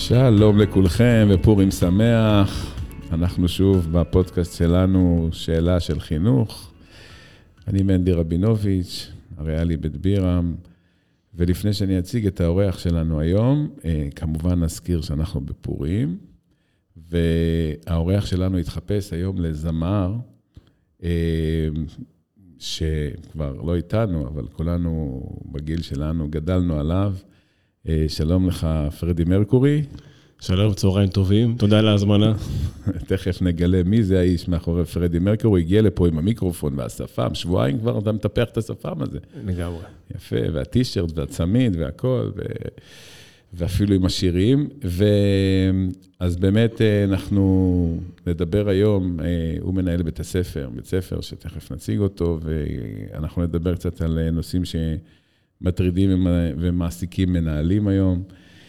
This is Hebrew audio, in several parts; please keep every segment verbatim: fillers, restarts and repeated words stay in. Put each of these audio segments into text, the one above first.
שלום לכולכם ופורים שמח. אנחנו שוב בפודקאסט שלנו, שאלה של חינוך. אני מנדי רבינוביץ', הריאלי בית בירם, ולפני שאני אציג את האורח שלנו היום, כמובן נזכיר שאנחנו בפורים, והאורח שלנו התחפש היום לזמר, שכבר לא איתנו, אבל כולנו בגיל שלנו גדלנו עליו. שלום לך, פרדי מרקורי. שלום, צהריים טובים, תודה על ההזמנה. תכף נגלה מי זה האיש מאחורי פרדי מרקורי, הגיע לפה עם המיקרופון והשפם, שבועיים כבר אתה מטפח את השפם הזה. לגמרי. יפה, והטישרט והצמיד והכל, ו... ואפילו עם השירים. ואז באמת אנחנו נדבר היום, הוא מנהל בית הספר, בית ספר שתכף נציג אותו, ואנחנו נדבר קצת על נושאים ש... מטרידים ומעסיקים מנהלים היום.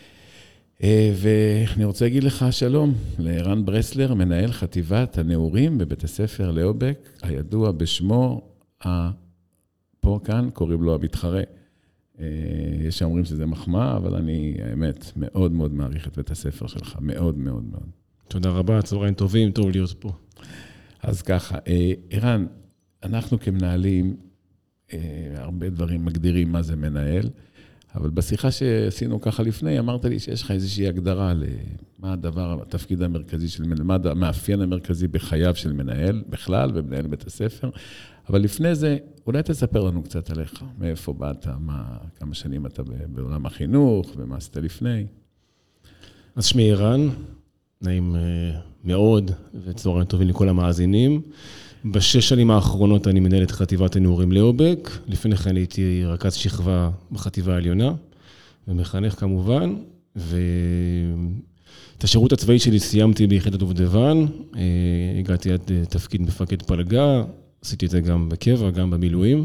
ואני רוצה להגיד לך שלום לערן ברסלר, מנהל חטיבת הנעורים בבית הספר לאובק, הידוע בשמו, פה כאן קוראים לו המתחרה. יש שאומרים שזה מחמאה, אבל אני האמת מאוד מאוד מעריך את בית הספר שלך, מאוד מאוד מאוד. תודה רבה, צהריים טובים, טוב להיות פה. אז ככה, ערן, אנחנו כמנהלים, הרבה דברים מגדירים מה זה מנהל, אבל בשיחה שעשינו ככה לפני, אמרת לי שיש לך איזושהי הגדרה למה הדבר, התפקיד המרכזי של מנהל, מה המאפיין המרכזי בחייו של מנהל, בכלל, ומנהל בית הספר. אבל לפני זה, אולי תספר לנו קצת עליך, מאיפה באת, מה, כמה שנים אתה בעולם החינוך, ומה עשית לפני. אז שמי ערן, נעים מאוד, וצהריים טובים לכל המאזינים. בשש שנים האחרונות אני מנהל את חטיבת הנעורים לאובק, לפני כן הייתי רכז שכבה בחטיבה העליונה, ומחנך כמובן, ואת השירות הצבאי שלי סיימתי ביחידת דובדבן, הגעתי עד תפקיד מפקד פלגה, עשיתי את זה גם בקבע, גם במילואים,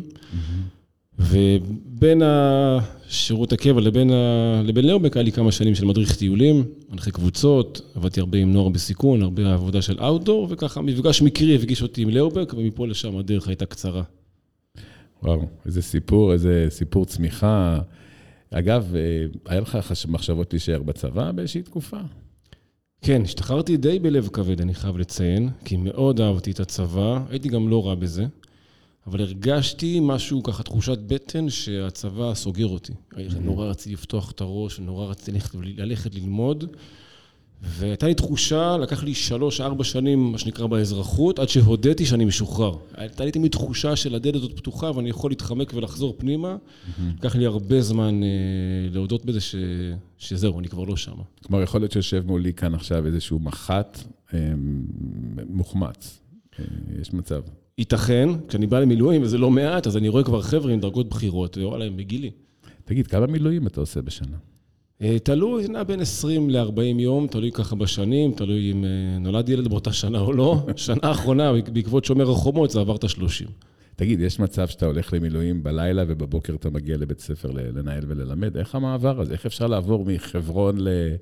ובין השירות הקבע לבין, ה... לבין לאובק היה לי כמה שנים של מדריך טיולים, מנחה קבוצות, עבדתי הרבה עם נוער בסיכון, הרבה עבודה של אאוטדור, וככה מפגש מקרי הפגיש אותי עם לאובק, ומפה לשם הדרך הייתה קצרה. וואו, איזה סיפור, איזה סיפור צמיחה. אגב, היה לך מחשבות להישאר בצבא באיזושהי תקופה? כן, השתחררתי די בלב כבד, אני חייב לציין, כי מאוד אהבתי את הצבא, הייתי גם לא רע בזה. אבל הרגשתי משהו, ככה תחושת בטן, שהצבא סוגר אותי. נורא רציתי לפתוח את הראש, נורא רציתי ללכת, ללכת ללמוד, והייתה לי תחושה, לקח לי שלוש, ארבע שנים, מה שנקרא באזרחות, עד שהודיתי שאני משוחרר. הייתה לי תמיד תחושה של הדלת הזאת פתוחה, ואני יכול להתחמק ולחזור פנימה. לקח לי הרבה זמן להודות בזה ש... שזהו, אני כבר לא שם. כלומר, יכול להיות שיושב מולי כאן עכשיו איזשהו מח"ט מוחמץ. יש מצב. ייתכן, כשאני בא למילואים, וזה לא מעט, אז אני רואה כבר חבר'ה עם דרגות בחירות, וואלה, הם בגילי. תגיד, כמה מילואים אתה עושה בשנה? תלוי, נע בין עשרים לארבעים יום, תלוי ככה בשנים, תלוי אם נולד ילד באותה שנה או לא. שנה האחרונה, בעקבות שומר החומות, זה עברת שלושים. תגיד, יש מצב שאתה הולך למילואים בלילה, ובבוקר אתה מגיע לבית ספר לנהל וללמד? איך המעבר הזה? איך אפשר לעבור מחברון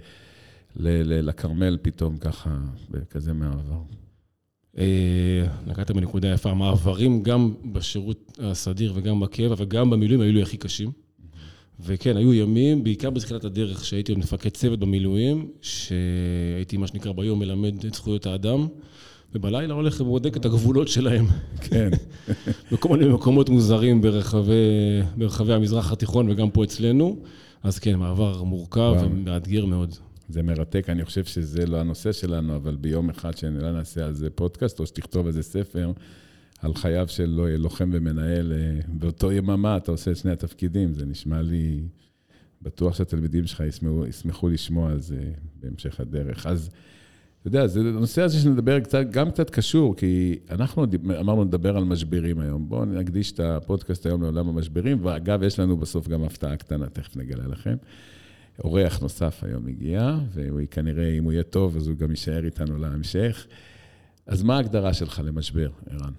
לקרמל פתאום ככה, בכזה מעבר? נקעת בנקודה יפה, המעברים גם בשירות הסדיר וגם בקבע וגם במילואים היו לי הכי קשים. וכן, היו ימים, בעיקר בתחילת הדרך שהייתי מפקד צוות במילואים, שהייתי מה שנקרא ביום מלמד את זכויות האדם, ובלילה הולך ובודק את הגבולות שלהם. כן. בכל מיני מקומות מוזרים ברחבי, ברחבי המזרח התיכון וגם פה אצלנו. אז כן, מעבר מורכב ומאתגר מאוד. זה מרתק, אני חושב שזה לא הנושא שלנו, אבל ביום אחד שנראה נעשה על זה פודקאסט, או שתכתוב איזה ספר על חייו של לוחם ומנהל, באותו יממה אתה עושה את שני התפקידים, זה נשמע לי, בטוח שהתלמידים שלך ישמחו, ישמחו לשמוע על זה בהמשך הדרך. אז, אתה יודע, זה הנושא הזה שנדבר קצת, גם קצת קשור, כי אנחנו אמרנו לדבר על משברים היום. בואו נקדיש את הפודקאסט היום לעולם המשברים, ואגב, יש לנו בסוף גם הפתעה קטנה, תכף נגלה לכם. אורח נוסף היום הגיע, והוא כנראה, אם הוא יהיה טוב, אז הוא גם יישאר איתנו להמשך. אז מה ההגדרה שלך למשבר, ערן?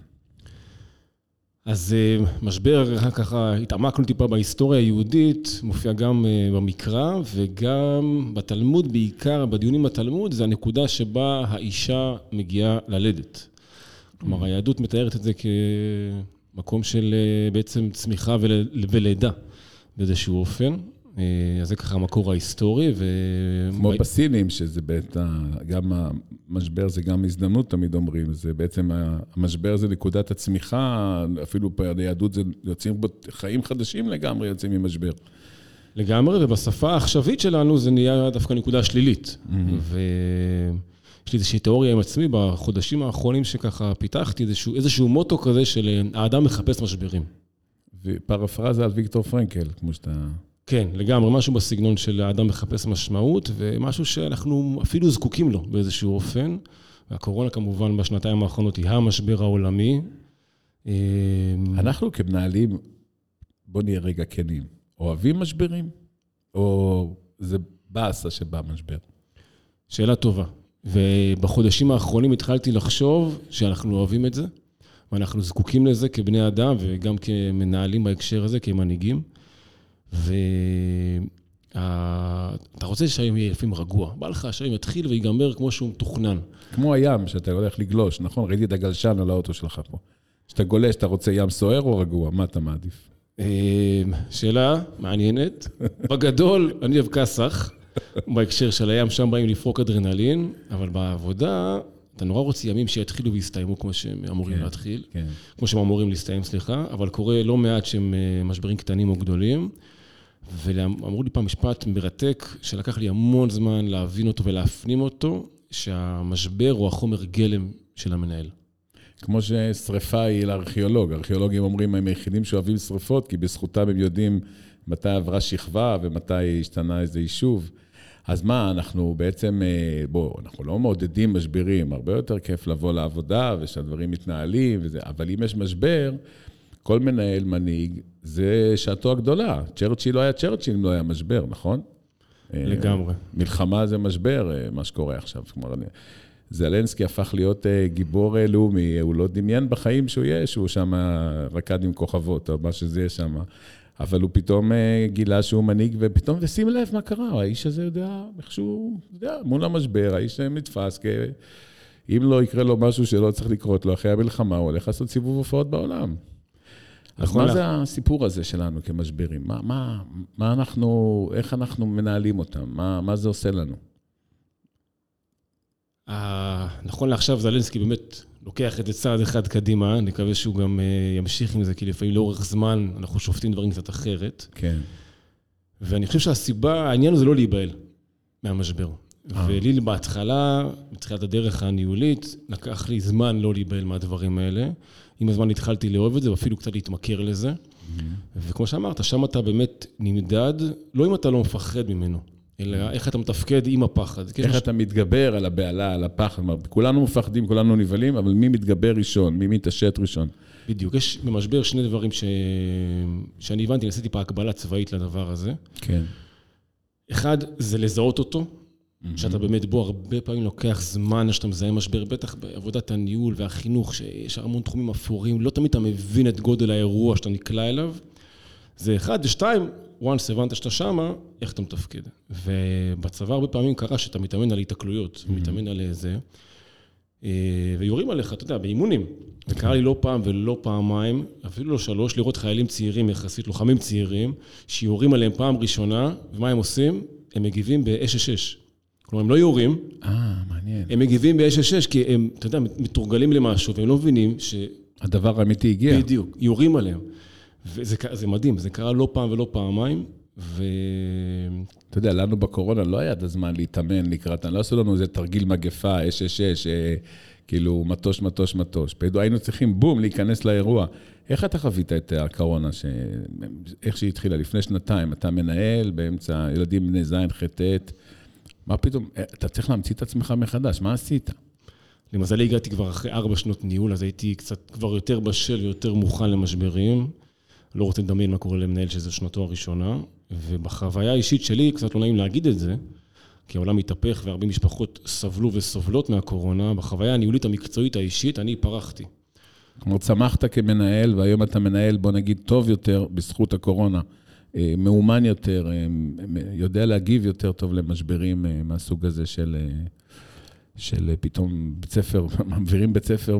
אז משבר, ככה, התעמקנו טיפה בהיסטוריה היהודית, מופיע גם במקרא, וגם בתלמוד, בעיקר בדיונים בתלמוד, זה הנקודה שבה האישה מגיעה ללדת. כלומר, היהדות מתארת את זה כמקום של בעצם צמיחה ולידה באיזשהו אופן. אז זה ככה המקור ההיסטורי. ו... כמו בסינים, שזה בעצם, גם המשבר זה גם הזדמנות, תמיד אומרים, זה בעצם, המשבר זה נקודת הצמיחה, אפילו ביהדות זה יוצאים חיים חדשים לגמרי, יוצאים ממשבר. לגמרי, ובשפה העכשווית שלנו זה נהיה דווקא נקודה שלילית. ויש לי איזושהי תיאוריה עם עצמי בחודשים האחרונים שככה פיתחתי, איזשהו, איזשהו מוטו כזה של האדם מחפש משברים. ופרפרזה על ויקטור פרנקל, כמו שאתה... כן, לגמרי, משהו בסגנון של האדם מחפש משמעות, ומשהו שאנחנו אפילו זקוקים לו באיזשהו אופן. והקורונה כמובן בשנתיים האחרונות היא המשבר העולמי. אנחנו כמנהלים, בוא נהיה רגע כנים, אוהבים משברים? או זה באסה שבא משבר? שאלה טובה. ובחודשים האחרונים התחלתי לחשוב שאנחנו אוהבים את זה, ואנחנו זקוקים לזה כבני אדם, וגם כמנהלים בהקשר הזה, כמנהיגים. ואתה רוצה שהיום יהיה לפעמים רגוע. בא לך שהיום יתחיל ויגמר כמו שהוא מתוכנן. כמו הים שאתה הולך לגלוש, נכון? ראיתי את הגלשן על האוטו שלך פה. שאתה גולש, אתה רוצה ים סוער או רגוע? מה אתה מעדיף? שאלה מעניינת. בגדול, אני אוהב כסח. בהקשר של הים, שם באים לפרוק אדרנלין, אבל בעבודה, אתה נורא רוצה ימים שיתחילו ויסתיימו כמו שהם אמורים להתחיל. כמו שהם אמורים להסתיים, סליחה. אבל קורה לא מעט שהם משברים קטנים או גדולים. ואמרו לי פעם משפט מרתק, שלקח לי המון זמן להבין אותו ולהפנים אותו, שהמשבר הוא החומר גלם של המנהל. כמו ששריפה היא לארכיאולוג. הארכיאולוגים אומרים, הם היחידים שאוהבים שריפות, כי בזכותם הם יודעים מתי עברה שכבה ומתי השתנה איזה יישוב. אז מה, אנחנו בעצם, בוא, אנחנו לא מעודדים משברים, הרבה יותר כיף לבוא לעבודה ושהדברים מתנהלים וזה, אבל אם יש משבר, כל מנהל מנהיג, זה שעתו הגדולה. צ'רצ'יל לא היה צ'רצ'יל אם לא היה משבר, נכון? לגמרי. מלחמה זה משבר, מה שקורה עכשיו. זלנסקי הפך להיות גיבור לאומי, הוא לא דמיין בחיים שהוא יהיה, שהוא שם רקד עם כוכבות, או מה שזה יהיה שם. אבל הוא פתאום גילה שהוא מנהיג, ופתאום, ושים לב מה קרה, האיש הזה יודע, איכשהו, יודע, מול המשבר, האיש נתפס, כי אם לא יקרה לו משהו שלא צריך לקרות לו, אחרי המלחמה, הוא הולך לעשות סיבוב הופעות בעולם. אז מה זה הסיפור הזה שלנו כמשברים? מה, מה, מה אנחנו, איך אנחנו מנהלים אותם? מה, מה זה עושה לנו? נכון לעכשיו, זלנסקי באמת לוקח את זה צעד אחד קדימה, אני מקווה שהוא גם ימשיך עם זה, כי לפעמים לאורך זמן אנחנו שופטים דברים קצת אחרת. כן. ואני חושב שהסיבה, העניין זה לא להיבהל מהמשבר. ולי בהתחלה, בתחילת הדרך הניהולית, לקח לי זמן לא להיבהל מהדברים האלה. עם הזמן התחלתי לאהוב את זה, ואפילו קצת להתמכר לזה. וכמו שאמרת, שם אתה באמת נמדד, לא אם אתה לא מפחד ממנו, אלא איך אתה מתפקד עם הפחד. איך אתה מתגבר על הבעלה, על הפחד. כולנו מפחדים, כולנו נבלים, אבל מי מתגבר ראשון, מי מתעשת ראשון? בדיוק, יש במשבר שני דברים ש... שאני הבנתי, ניסיתי פה הקבלה צבאית לדבר הזה. כן. אחד, זה לזהות אותו, שאתה באמת בו הרבה פעמים לוקח זמן שאתה מזהה משבר, בטח בעבודת הניהול והחינוך, שיש המון תחומים אפורים, לא תמיד אתה מבין את גודל האירוע שאתה נקלע אליו. זה אחד, ושתיים, once הבנת שאתה שמה, איך אתה מתפקד. ובצבא הרבה פעמים קרה שאתה מתאמן על התקלויות, מתאמן על זה, ויורים עליך, אתה יודע, באימונים. זה קרה לי לא פעם ולא פעמיים, אפילו לא שלוש, לראות חיילים צעירים יחסית, לוחמים צעירים, שיורים עליהם פעם ראשונה, ומה הם עושים? הם מגיבים ב-אש אש אש. כלומר, הם לא יורים. אה, מעניין. הם מגיבים ב-אש אש אש, כי הם, אתה יודע, מתורגלים למשהו, והם לא מבינים ש... הדבר האמיתי הגיע. בדיוק, יורים עליהם. וזה זה מדהים, זה קרה לא פעם ולא פעמיים, ו... אתה יודע, לנו בקורונה לא היה את הזמן להתאמן לקראת, לא עשו לנו איזה תרגיל מגפה, אש אש אש, כאילו מטוש, מטוש, מטוש. פיידו, היינו צריכים בום להיכנס לאירוע. איך אתה חווית את הקורונה, ש... איך שהיא התחילה? לפני שנתיים, אתה מנהל באמצע ילדים בני זין, חטאת, מה פתאום, אתה צריך להמציא את עצמך מחדש, מה עשית? למזלי הגעתי כבר אחרי ארבע שנות ניהול, אז הייתי קצת כבר יותר בשל ויותר מוכן למשברים. לא רוצה לדמיין מה קורה למנהל שזו שנתו הראשונה, ובחוויה האישית שלי, קצת לא נעים להגיד את זה, כי העולם מתהפך והרבה משפחות סבלו וסובלות מהקורונה, בחוויה הניהולית המקצועית האישית, אני פרחתי. כלומר, צמחת כמנהל, והיום אתה מנהל, בוא נגיד, טוב יותר בזכות הקורונה, מאומן יותר, יודע להגיב יותר טוב למשברים מהסוג הזה של... של פתאום בית ספר, מעבירים בית ספר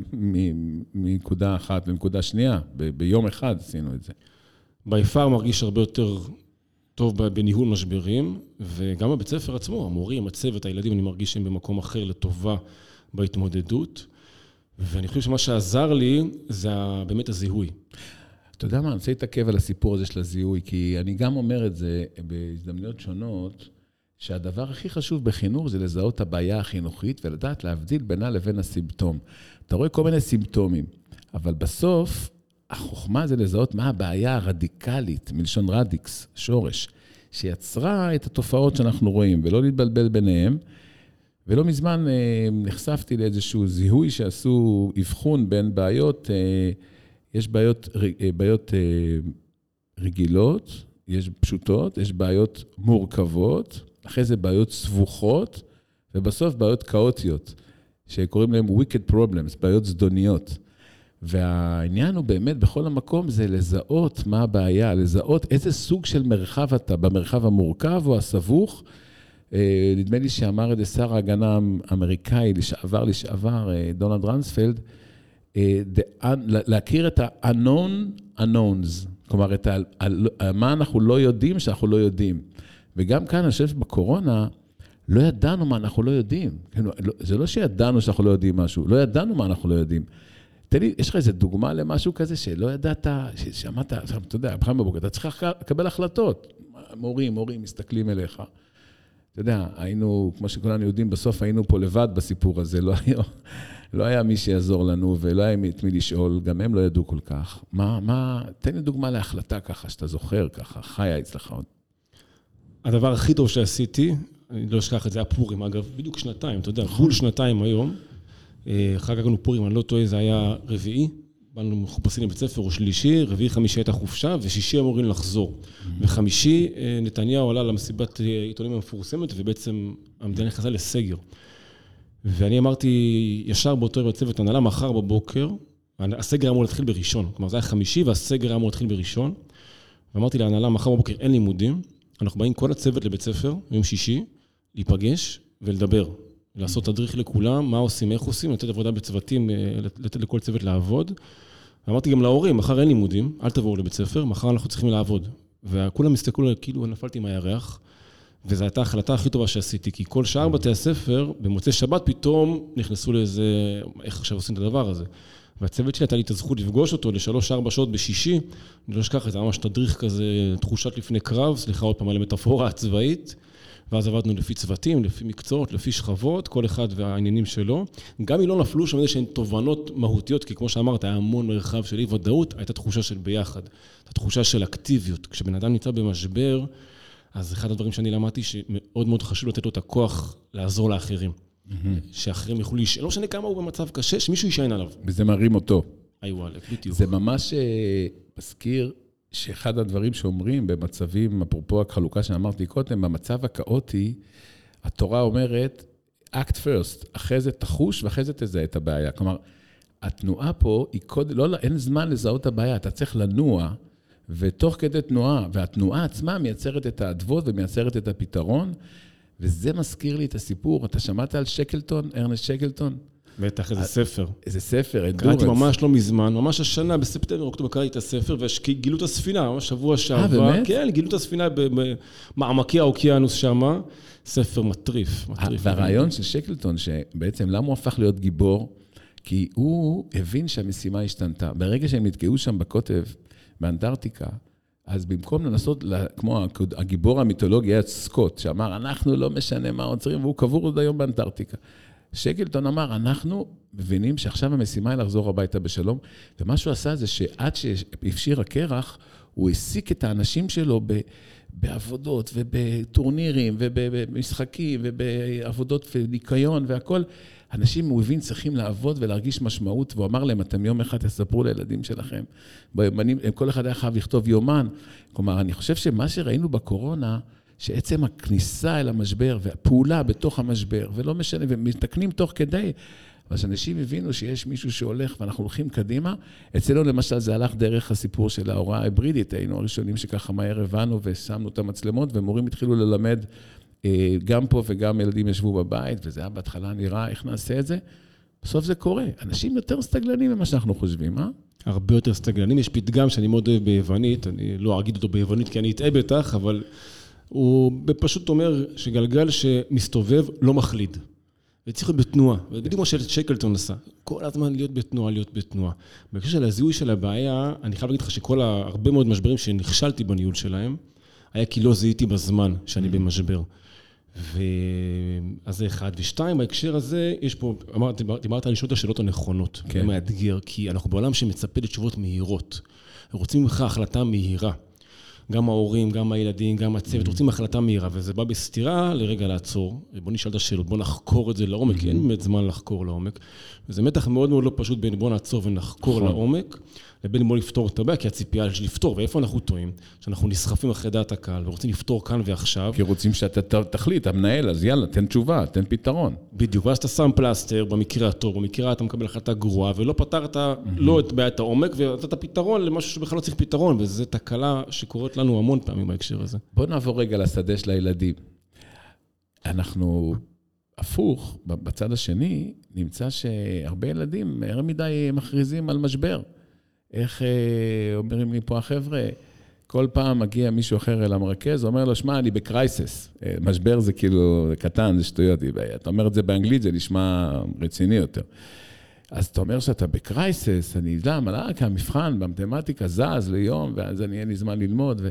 מנקודה אחת לנקודה שנייה, ב- ביום אחד עשינו את זה. ביפר מרגיש הרבה יותר טוב בניהול משברים, וגם בבית ספר עצמו, המורים, הצוות, הילדים, אני מרגיש שהם במקום אחר לטובה בהתמודדות, ואני חושב שמה שעזר לי זה באמת הזיהוי. אתה יודע מה, אני רוצה להתעכב על הסיפור הזה של הזיהוי, כי אני גם אומר את זה בהזדמנויות שונות, שהדבר הכי חשוב בחינוך זה לזהות את הבעיה החינוכית, ולדעת להבדיל בינה לבין הסימפטום. אתה רואה כל מיני סימפטומים, אבל בסוף החוכמה זה לזהות מה הבעיה הרדיקלית, מלשון רדיקס, שורש, שיצרה את התופעות שאנחנו רואים, ולא להתבלבל ביניהם. ולא מזמן נחשפתי לאיזשהו זיהוי שעשו אבחון בין בעיות, יש בעיות, בעיות רגילות, יש פשוטות, יש בעיות מורכבות, אחרי זה בעיות סבוכות, ובסוף בעיות כאוטיות, שקוראים להם wicked problems, בעיות זדוניות. והעניין הוא באמת בכל המקום זה לזהות מה הבעיה, לזהות איזה סוג של מרחב אתה, במרחב המורכב או הסבוך. נדמה לי שאמר את זה שר ההגנה האמריקאי, לשעבר, לשעבר, דונלד רנספלד, להכיר את ה-unknown unknowns, כלומר, את ה- מה אנחנו לא יודעים שאנחנו לא יודעים. וגם כאן, אני חושב שבקורונה, לא ידענו מה אנחנו לא יודעים. זה לא שידענו שאנחנו לא יודעים משהו, לא ידענו מה אנחנו לא יודעים. תן לי, יש לך איזו דוגמה למשהו כזה שלא ידעת, ששמעת, אתה יודע, בחיים בבוקר, אתה צריך לקבל החלטות. מורים, מורים, מסתכלים אליך. אתה יודע, היינו, כמו שכולנו יודעים, בסוף היינו פה לבד בסיפור הזה, לא היה, לא היה מי שיעזור לנו, ולא היה את מי לשאול, גם הם לא ידעו כל כך. מה, מה, תן לי דוגמה להחלטה ככה, שאתה זוכר ככה, חיה אצלך עוד. הדבר הכי טוב שעשיתי, אני לא אשכח את זה, היה פורים, אגב, בדיוק שנתיים, אתה יודע, בול שנתיים היום, אחר כך לנו פורים, אני לא טועה, זה היה רביעי, באנו מחופשים לבית ספר או שלישי, רביעי חמישי הייתה חופשה, ושישי אמורים לחזור. וחמישי נתניהו עלה למסיבת עיתונים המפורסמת, ובעצם המדינה נכנסה לסגר. ואני אמרתי, ישר באותו יום בצוות הנהלה, מחר בבוקר, הסגר אמור להתחיל בראשון, כלומר זה היה חמישי, והסגר אמור להתחיל בראשון, ואמרתי להנהלה, מחר בבוקר אין לימודים, אנחנו באים כל הצוות לבית ספר, יום שישי, להיפגש ולדבר. לעשות תדריך לכולם, מה עושים, איך עושים, לתת עבודה בצוותים, לתת לכל צוות לעבוד. ואמרתי גם להורים, מחר אין לימודים, אל תבואו לבית ספר, מחר אנחנו צריכים לעבוד. וכולם הסתכלו, כאילו נפלתי מהירח, וזו הייתה ההחלטה הכי טובה שעשיתי, כי כל שאר בתי הספר, במוצאי שבת פתאום נכנסו לאיזה, איך עכשיו עושים את הדבר הזה. והצוות שלי הייתה לי את הזכות לפגוש אותו לשלוש ארבע שעות בשישי, אני לא אשכח את זה, ממש תדריך כזה, תחושת לפני קרב, סליחה עוד פעם על המטאפורה הצבאית, ואז עבדנו לפי צוותים, לפי מקצועות, לפי שכבות, כל אחד והעניינים שלו. גם אם לא נפלו שם איזה שהן תובנות מהותיות, כי כמו שאמרת, היה המון מרחב של אי ודאות, הייתה תחושה של ביחד, התחושה של אקטיביות. כשבן אדם נמצא במשבר, אז אחד הדברים שאני למדתי, שמאוד מאוד חשוב לתת לו את הכוח לעזור לאחרים. שאחרים יוכלו להישאר, לא משנה כמה הוא במצב קשה, שמישהו יישען עליו. וזה מרים אותו. איי וואלק, בדיוק. זה ממש מזכיר שאחד הדברים שאומרים במצבים, אפרופו החלוקה שאמרתי קודם, במצב הכאוטי, התורה אומרת, act first, אחרי זה תחוש ואחרי זה תזהה את הבעיה. כלומר, התנועה פה, היא קוד, לא, אין זמן לזהות את הבעיה, אתה צריך לנוע, ותוך כדי תנועה, והתנועה עצמה מייצרת את האדוות ומייצרת את הפתרון, וזה מזכיר לי את הסיפור. אתה שמעת על שקלטון, ארנסט שקלטון? בטח, איזה ספר. איזה ספר, אנדורנס. קראתי ממש לא מזמן, ממש השנה, בספטמבר, אוקטובר, קראתי את הספר, וגילו את הספינה, ממש שבוע שעבר. אה, באמת? כן, גילו את הספינה במעמקי האוקיינוס שם. ספר מטריף, מטריף. והרעיון של שקלטון, שבעצם למה הוא הפך להיות גיבור? כי הוא הבין שהמשימה השתנתה. ברגע שהם נתקעו שם בקוטב, באנטארקטיקה, אז במקום לנסות, כמו הגיבור המיתולוגי היה סקוט, שאמר, אנחנו לא משנה מה עוצרים, והוא קבור עוד היום באנטארקטיקה. שקלטון אמר, אנחנו מבינים שעכשיו המשימה היא לחזור הביתה בשלום, ומה שהוא עשה זה שעד שהפשיר הקרח, הוא העסיק את האנשים שלו בעבודות ובטורנירים ובמשחקים ובעבודות וניקיון והכל. אנשים, הוא הבין, צריכים לעבוד ולהרגיש משמעות, והוא אמר להם, אתם יום אחד תספרו לילדים שלכם. ביומנים, כל אחד היה חייב לכתוב יומן. כלומר, אני חושב שמה שראינו בקורונה, שעצם הכניסה אל המשבר והפעולה בתוך המשבר, ולא משנה, ומתקנים תוך כדי, אבל שאנשים הבינו שיש מישהו שהולך ואנחנו הולכים קדימה, אצלנו למשל זה הלך דרך הסיפור של ההוראה ההיברידית, היינו הראשונים שככה מהר הבנו ושמנו את המצלמות, ומורים התחילו ללמד גם פה וגם ילדים ישבו בבית, וזה היה בהתחלה נראה איך נעשה את זה, בסוף זה קורה. אנשים יותר סתגלנים ממה שאנחנו חושבים, אה? הרבה יותר סטגננים. יש פתגם שאני מאוד אוהב ביוונית, אני לא אגיד אותו ביוונית כי אני אטעה בטח, אבל הוא פשוט אומר שגלגל שמסתובב לא מחליד. וצריך להיות בתנועה, ובדיוק כמו ששייקלטון עשה, כל הזמן להיות בתנועה, להיות בתנועה. בהקשר של הזיהוי של הבעיה, אני חייב להגיד לך שכל הרבה מאוד משברים שנכשלתי בניהול שלהם, היה כי לא זיהיתי בזמן שאני במשבר. אז זה אחד. ושתיים, בהקשר הזה, יש פה, דיברת על לשאול את השאלות הנכונות, זה מאתגר, כי אנחנו בעולם שמצפה לתשובות מהירות. רוצים ממך החלטה מהירה. גם ההורים, גם הילדים, גם הצוות, רוצים החלטה מהירה, וזה בא בסתירה לרגע לעצור, בוא נשאל את השאלות, בוא נחקור את זה לעומק, כי אין באמת זמן לחקור לעומק, וזה מתח מאוד מאוד לא פשוט בין בוא נעצור ונחקור לעומק, לבין בוא לפתור את הבעיה, כי הציפייה יש לפתור, ואיפה אנחנו טועים? שאנחנו נסחפים אחרי דעת הקהל, ורוצים לפתור כאן ועכשיו. כי רוצים שאתה תחליט, המנהל, אז יאללה, תן תשובה, תן פתרון. בדיוק, ואז אתה שם פלסטר במקרה הטוב, במקרה אתה מקבל החלטה גרועה, ולא פתרת לא את בעיית העומק, ואתה פתרון למשהו שבכלל לא צריך פתרון, וזו תקלה שקורית לנו המון פעמים בהקשר הזה. בוא נעבור רגע לשדה של הילדים. אנחנו, הפוך, בצד השני, נמצא שהרבה ילדים, מהר מדי מכריזים על משבר. איך אומרים לי פה החבר'ה, כל פעם מגיע מישהו אחר אל המרכז, אומר לו, שמע, אני בקרייסס. משבר זה כאילו קטן, זה שטויות. אתה אומר את זה באנגלית, זה נשמע רציני יותר. אז אתה אומר שאתה בקרייסס, אני יודע, מלאה, כי המבחן במתמטיקה זז ליום, ואז אני אין לי זמן ללמוד.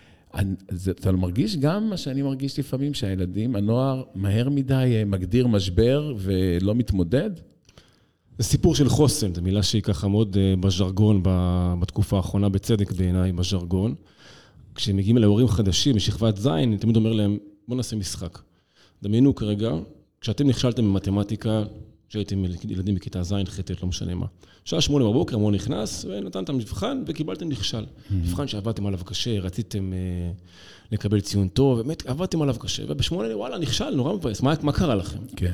אתה מרגיש גם מה שאני מרגיש לפעמים, שהילדים, הנוער מהר מדי מגדיר משבר ולא מתמודד? זה סיפור של חוסן, זו מילה שהיא ככה מאוד בז'רגון, בתקופה האחרונה בצדק בעיניי בז'רגון. כשמגיעים להורים חדשים משכבת זין, אני תמיד אומר להם, בוא נעשה משחק. דמיינו כרגע, כשאתם נכשלתם במתמטיקה, שהייתם ילדים בכיתה זין, חטאת, לא משנה מה. שעה שמונה בבוקר, המון נכנס, ונתנתם מבחן, וקיבלתם נכשל. מבחן שעבדתם עליו קשה, רציתם לקבל ציון טוב, באמת עבדתם עליו קשה, ובשמונה, וואלה, נכשל, נורא מבאס, מה קרה לכם? כן.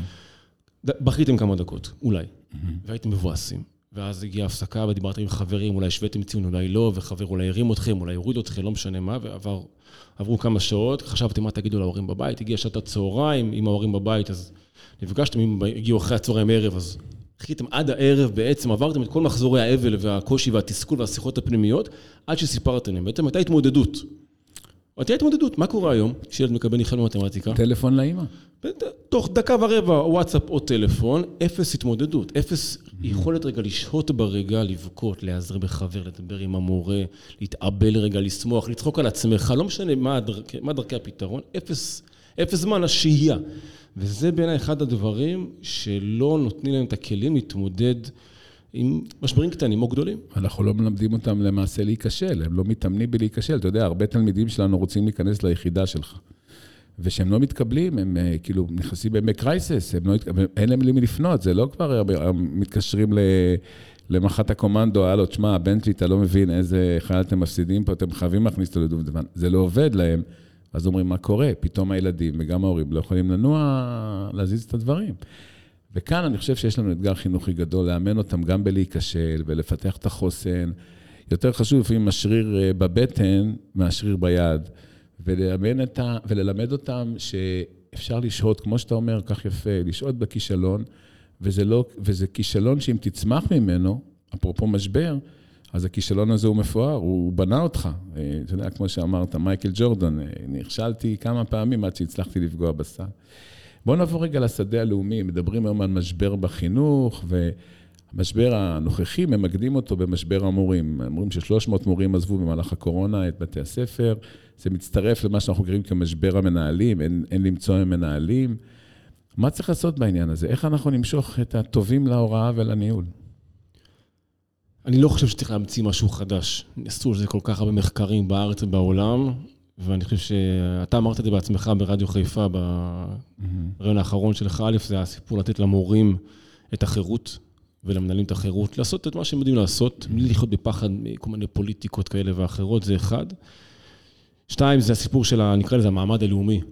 בכיתם כמה דקות, אולי, והייתם מבואסים. ואז הגיעה הפסקה ודיברתם עם חברים, אולי השוויתם ציון, אולי לא, וחבר אולי הרים אתכם, אולי הוריד אתכם, לא משנה מה, ועברו כמה שעות, חשבתם מה תגידו להורים בבית, הגיעה שעת הצהריים עם ההורים בבית, אז נפגשתם, אם הגיעו אחרי הצהריים ערב, אז חיכיתם עד הערב בעצם, עברתם את כל מחזורי האבל והקושי והתסכול והשיחות הפנימיות, עד שסיפרתם להם. בעצם הייתה התמודדות. הייתה התמודדות. מה קורה היום? כשילד מקבל נכשל במתמטיקה? טלפון לאמא. תוך דקה ורבע, וואטסאפ או טלפון, אפס התמודדות, אפס יכולת רגע לשהות ברגע, לבכות, להיעזר בחבר, לדבר עם המורה, להתאבל רגע, לשמוח, לצחוק על עצמך, לא משנה מה, דרכ... מה דרכי הפתרון, אפס, אפס זמן השהייה. וזה בין אחד הדברים שלא נותנים להם את הכלים להתמודד עם משברים קטנים או גדולים. אנחנו לא מלמדים אותם למעשה להיכשל, הם לא מתאמנים בלהיכשל. אתה יודע, הרבה תלמידים שלנו רוצים להיכנס ליחידה שלך. ושהם לא מתקבלים, הם כאילו נכנסים בהם בקרייסס, הם לא, אין להם למי לפנות, זה לא כבר מתקשרים למחת הקומנדו, הלו, תשמע, הבן שלי, אתה לא מבין איזה חייל אתם מפסידים פה, אתם חייבים להכניס אותו לדובדבן, זה לא עובד להם, אז אומרים, מה קורה? פתאום הילדים וגם ההורים לא יכולים לנוע, להזיז את הדברים. וכאן אני חושב שיש לנו אתגר חינוכי גדול, לאמן אותם גם בלהיכשל ולפתח את החוסן, יותר חשוב לפעמים השריר בבטן מהשריר ביד, וללמד, אותם, וללמד אותם שאפשר לשהות, כמו שאתה אומר, כך יפה, לשהות בכישלון, וזה, לא, וזה כישלון שאם תצמח ממנו, אפרופו משבר, אז הכישלון הזה הוא מפואר, הוא בנה אותך. אתה יודע, כמו שאמרת, מייקל ג'ורדן, נכשלתי כמה פעמים עד שהצלחתי לפגוע בסל. בואו נעבור רגע לשדה הלאומי, מדברים היום על משבר בחינוך, והמשבר הנוכחי, ממקדים אותו במשבר המורים. אומרים ש-שלוש מאות מורים עזבו במהלך הקורונה את בתי הספר, זה מצטרף למה שאנחנו קוראים כמשבר המנהלים, אין, אין למצוא הם מנהלים. מה צריך לעשות בעניין הזה? איך אנחנו נמשוך את הטובים להוראה ולניהול? אני לא חושב שצריך להמציא משהו חדש. נעשו שזה כל כך הרבה מחקרים בארץ ובעולם, ואני חושב שאתה אמרת את זה בעצמך ברדיו חיפה, ברעיון האחרון שלך, א', זה הסיפור לתת למורים את החירות, ולמנהלים את החירות, לעשות את מה שהם יודעים לעשות, בלי לחיות בפחד מכל מיני פוליטיקות כאלה ואחרות, זה אחד. שתיים, זה הסיפור של, נקרא לזה, המעמד הלאומי.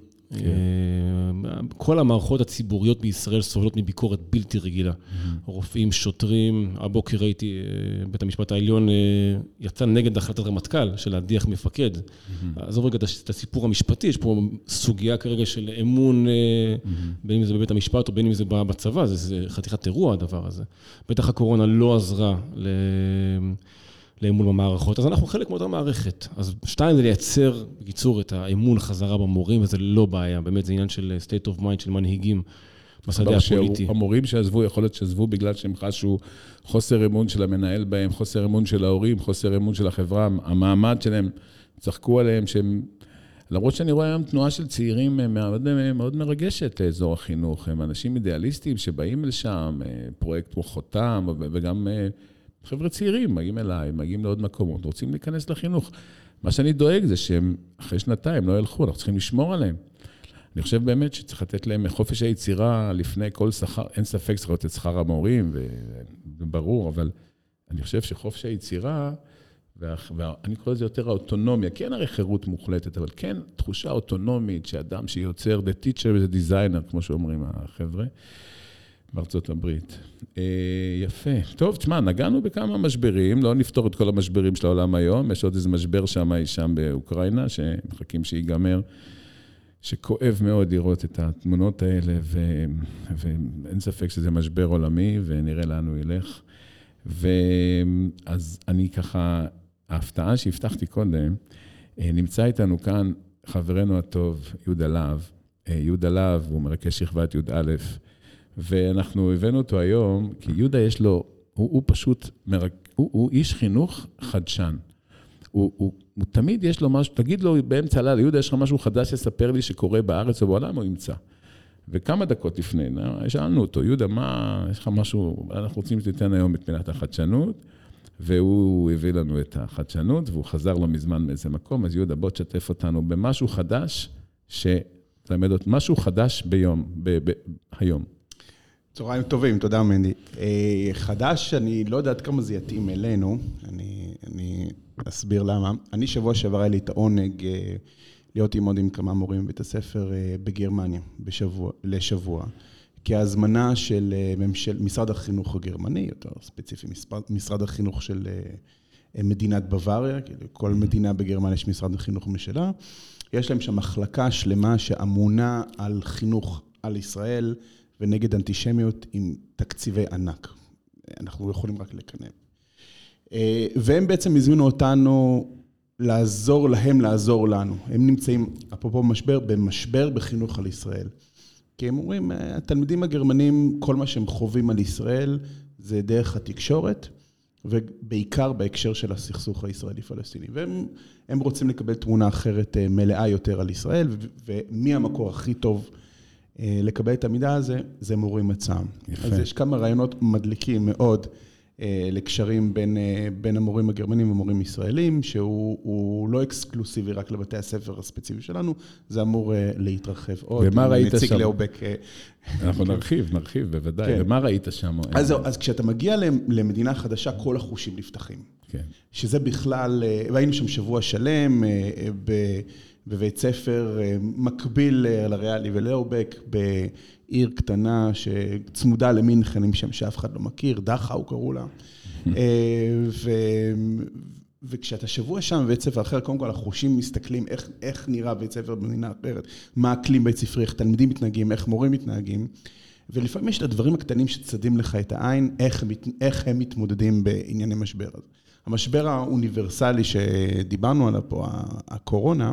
כל המערכות הציבוריות בישראל סובלות מביקורת בלתי רגילה. רופאים, שוטרים, הבוקר ראיתי, בית המשפט העליון יצא נגד החלטת רמטכ"ל של להדיח מפקד. עזוב רגע את הסיפור המשפטי, יש פה סוגיה כרגע של אמון, בין אם זה בבית המשפט או בין אם זה בצבא, זה חתיכת אירוע הדבר הזה. בטח הקורונה לא עזרה ל... לאמון במערכות. אז אנחנו חלק מאותה מערכת. אז שתיים זה לייצר, בקיצור, את האמון חזרה במורים, וזה לא בעיה. באמת זה עניין של state of mind, של מנהיגים בשדה הפוליטי. המורים שעזבו, יכול להיות שעזבו בגלל שהם חשו חוסר אמון של המנהל בהם, חוסר אמון של ההורים, חוסר אמון של החברה, המעמד שלהם, צחקו עליהם שהם... למרות שאני רואה היום תנועה של צעירים מאוד, מאוד מרגשת לאזור החינוך, הם אנשים אידיאליסטים שבאים לשם, פרויקט כמו חותם, וגם חבר'ה צעירים מגיעים אליי, מגיעים לעוד מקומות, רוצים להיכנס לחינוך. מה שאני דואג זה שהם אחרי שנתיים לא ילכו, אנחנו צריכים לשמור עליהם. אני חושב באמת שצריך לתת להם חופש היצירה לפני כל שכר, אין ספק צריך לתת שכר המורים, וזה ברור, אבל אני חושב שחופש היצירה, ואני קורא לזה יותר האוטונומיה, כן הרי חירות מוחלטת, אבל כן תחושה אוטונומית שאדם שיוצר, the teacher is a designer, כמו שאומרים החבר'ה, בארצות הברית. יפה. טוב, תשמע, נגענו בכמה משברים, לא נפתור את כל המשברים של העולם היום, יש עוד איזה משבר שם, שם באוקראינה, שמחכים שיגמר, שכואב מאוד לראות את התמונות האלה, ו... ואין ספק שזה משבר עולמי, ונראה לאן הוא ילך. ואז אני ככה, ההפתעה שהבטחתי קודם, נמצא איתנו כאן חברנו הטוב, יהודה להב. יהודה להב, הוא מרכז שכבת י"א, ואנחנו הבאנו אותו היום, כי יהודה יש לו, הוא, הוא פשוט, מרק, הוא, הוא איש חינוך חדשן. הוא, הוא, הוא תמיד יש לו משהו, תגיד לו באמצע הלילה, יהודה, יש לך משהו חדש לספר לי שקורה בארץ או בעולם, הוא ימצא. וכמה דקות לפני, שאלנו אותו, יהודה, מה, יש לך משהו, אנחנו רוצים שתיתן היום את פינת החדשנות, והוא הביא לנו את החדשנות, והוא חזר לו מזמן מאיזה מקום, אז יהודה, בוא תשתף אותנו במשהו חדש, שתלמד אותנו, משהו חדש ביום, ב, ב, היום. צהריים טובים, תודה מנדי. חדש, אני לא יודעת כמה זה יתאים אלינו, אני, אני אסביר למה. אני שבוע שעבר היה לי את העונג להיות ללמוד עם כמה מורים בבית הספר בגרמניה, בשבוע, לשבוע. כי ההזמנה של ממשל, משרד החינוך הגרמני, יותר ספציפי, משרד החינוך של מדינת בוואריה, כל מדינה בגרמניה יש משרד החינוך משלה, יש להם שם מחלקה שלמה שאמונה על חינוך על ישראל, ונגד אנטישמיות עם תקציבי ענק. אנחנו יכולים רק לקנן. והם בעצם הזמינו אותנו לעזור להם, לעזור לנו. הם נמצאים, אפרופו משבר, במשבר בחינוך על ישראל. כי הם אומרים, התלמידים הגרמנים, כל מה שהם חווים על ישראל, זה דרך התקשורת, ובעיקר בהקשר של הסכסוך הישראלי-פלסטיני. והם הם רוצים לקבל תמונה אחרת מלאה יותר על ישראל, ומי המקור הכי טוב לקבל את המידע הזה, זה מורים עצמם. אז יש כמה רעיונות מדליקים מאוד לקשרים בין, בין המורים הגרמנים ומורים ישראלים, שהוא לא אקסקלוסיבי רק לבתי הספר הספציפי שלנו, זה אמור להתרחב עוד. ומה ראית שם? לאובק. אנחנו נרחיב, נרחיב, בוודאי. כן. ומה ראית שם? אז, אז כשאתה מגיע למדינה חדשה, כל החושים נפתחים. כן. שזה בכלל, והיינו שם שבוע שלם, ב... בבית ספר מקביל לריאלי ולאובק, בעיר קטנה שצמודה למינכן, עם שם שאף אחד לא מכיר, דחה הוא קראו לה. ו... וכשאתה שבוע שם בבית ספר אחר, קודם כל החושים מסתכלים איך, איך נראה בית ספר במדינה אחרת, מה האקלים בית ספרי, איך תלמידים מתנהגים, איך מורים מתנהגים, ולפעמים יש את הדברים הקטנים שצדים לך את העין, איך, איך הם מתמודדים בענייני משבר הזה. המשבר האוניברסלי שדיברנו עליו פה, הקורונה,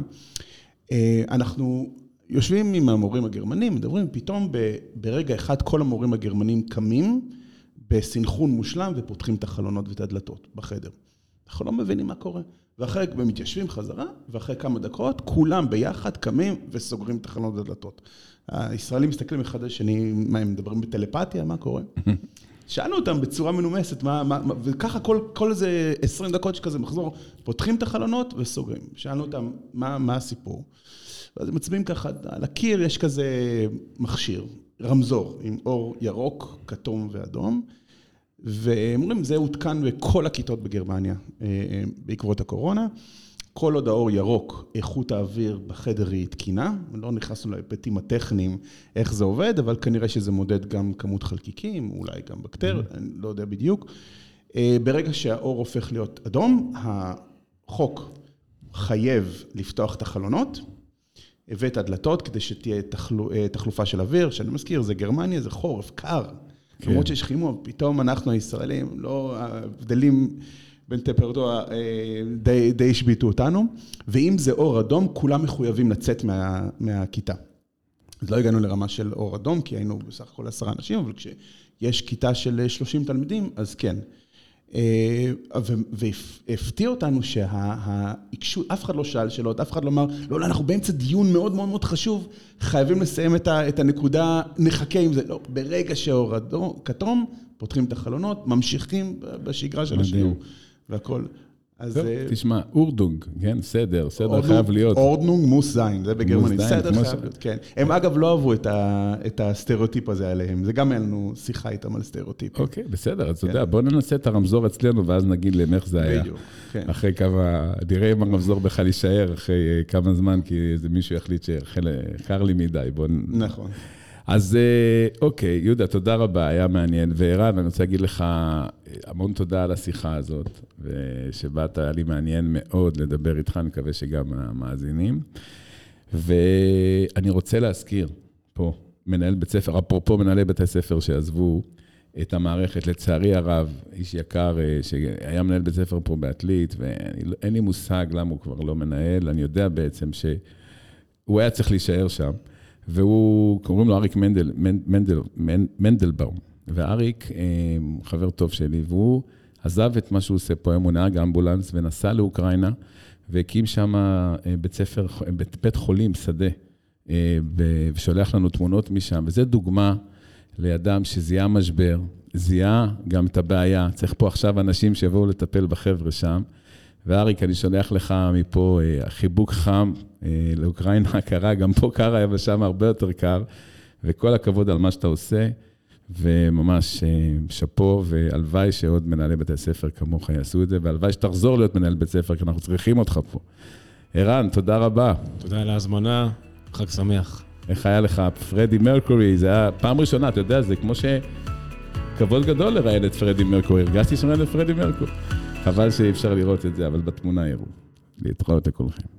אנחנו יושבים עם המורים הגרמנים, מדברים, פתאום ברגע אחד כל המורים הגרמנים קמים בסנכרון מושלם ופותחים את החלונות ואת הדלתות בחדר. אנחנו לא מבינים מה קורה. ואחרי הם מתיישבים חזרה, ואחרי כמה דקות כולם ביחד קמים וסוגרים את החלונות והדלתות. הישראלים מסתכלים אחד על שני, מה הם מדברים בטלפתיה, מה קורה? שאלנו אותם בצורה מנומסת, מה, מה, וככה כל, כל איזה עשרים דקות שכזה מחזור, פותחים את החלונות וסוגרים. שאלנו אותם, מה, מה הסיפור? ואז הם מצביעים ככה, על הקיר יש כזה מכשיר, רמזור, עם אור ירוק, כתום ואדום, והם אומרים, זה הותקן בכל הכיתות בגרמניה, בעקבות הקורונה. כל עוד האור ירוק, איכות האוויר בחדר היא תקינה, לא נכנסנו להיבטים הטכניים איך זה עובד, אבל כנראה שזה מודד גם כמות חלקיקים, אולי גם בקטר, אני לא יודע בדיוק. ברגע שהאור הופך להיות אדום, החוק חייב לפתוח את החלונות, ואת הדלתות, כדי שתהיה תחלופה של אוויר, שאני מזכיר, זה גרמניה, זה חורף, קר. למרות שיש חימום, פתאום אנחנו הישראלים, לא, הבדלים בין טמפרטורה, די, די השביטו אותנו, ואם זה אור אדום, כולם מחויבים לצאת מה, מהכיתה. אז לא הגענו לרמה של אור אדום, כי היינו בסך הכל עשרה אנשים, אבל כשיש כיתה של שלושים תלמידים, אז כן. והפתיע אותנו שהעיקשות, אף אחד לא שאל שאלות, אף אחד לא אמר, לא, לא, אנחנו באמצע דיון מאוד מאוד מאוד חשוב, חייבים לסיים את הנקודה, נחכה עם זה. לא, ברגע שאור אדום, כתום, פותחים את החלונות, ממשיכים בשגרה של השיעור, והכל. אז תשמע, אורדונג, כן, סדר, סדר חייב להיות. אורדנונג מוס זין, זה בגרמנית, סדר חייב להיות, כן. הם אגב לא אהבו את הסטריאוטיפ הזה עליהם, זה גם היה לנו שיחה איתם על סטריאוטיפ. אוקיי, בסדר, אז אתה יודע, בוא ננסה את הרמזור אצלנו, ואז נגיד להם איך זה היה. בדיוק, כן. אחרי כמה, נראה אם הרמזור בכלל יישאר אחרי כמה זמן, כי איזה מישהו יחליט שקר לי מדי, בוא... נכון. אז אוקיי, יהודה, תודה רבה, היה מעניין. וערן, אני רוצה להגיד לך המון תודה על השיחה הזאת, ושבאת, היה לי מעניין מאוד לדבר איתך, אני מקווה שגם המאזינים. ואני רוצה להזכיר פה, מנהל בית ספר, אפרופו מנהלי בתי ספר שעזבו את המערכת, לצערי הרב, איש יקר שהיה מנהל בית ספר פה בעתלית, ואין לי מושג למה הוא כבר לא מנהל, אני יודע בעצם שהוא היה צריך להישאר שם. והוא, קוראים לו אריק מנדל, מנדל, מנדלבאום, ואריק חבר טוב שלי, והוא עזב את מה שהוא עושה פה, הוא נהג אמבולנס, ונסע לאוקראינה, והקים שם בית ספר, בית חולים, שדה, ושולח לנו תמונות משם, וזה דוגמה לאדם שזיהה משבר, זיהה גם את הבעיה, צריך פה עכשיו אנשים שיבואו לטפל בחבר'ה שם, ואריק, אני שולח לך מפה חיבוק חם לאוקראינה הקרה, גם פה קר היה ושם הרבה יותר קר, וכל הכבוד על מה שאתה עושה, וממש שפו, והלוואי שעוד מנהלי בתי ספר כמוך יעשו את זה, והלוואי שתחזור להיות מנהל בית ספר, כי אנחנו צריכים אותך פה. ערן, תודה רבה. תודה על ההזמנה, חג שמח. איך היה לך? פרדי מרקורי, זה היה פעם ראשונה, אתה יודע, זה כמו שכבוד גדול לראיין את פרדי מרקורי, הרגשתי שמראיין את פרדי מרקורי. חבל שאי אפשר לראות את זה, אבל בתמונה יראו. להתראות לכולכם.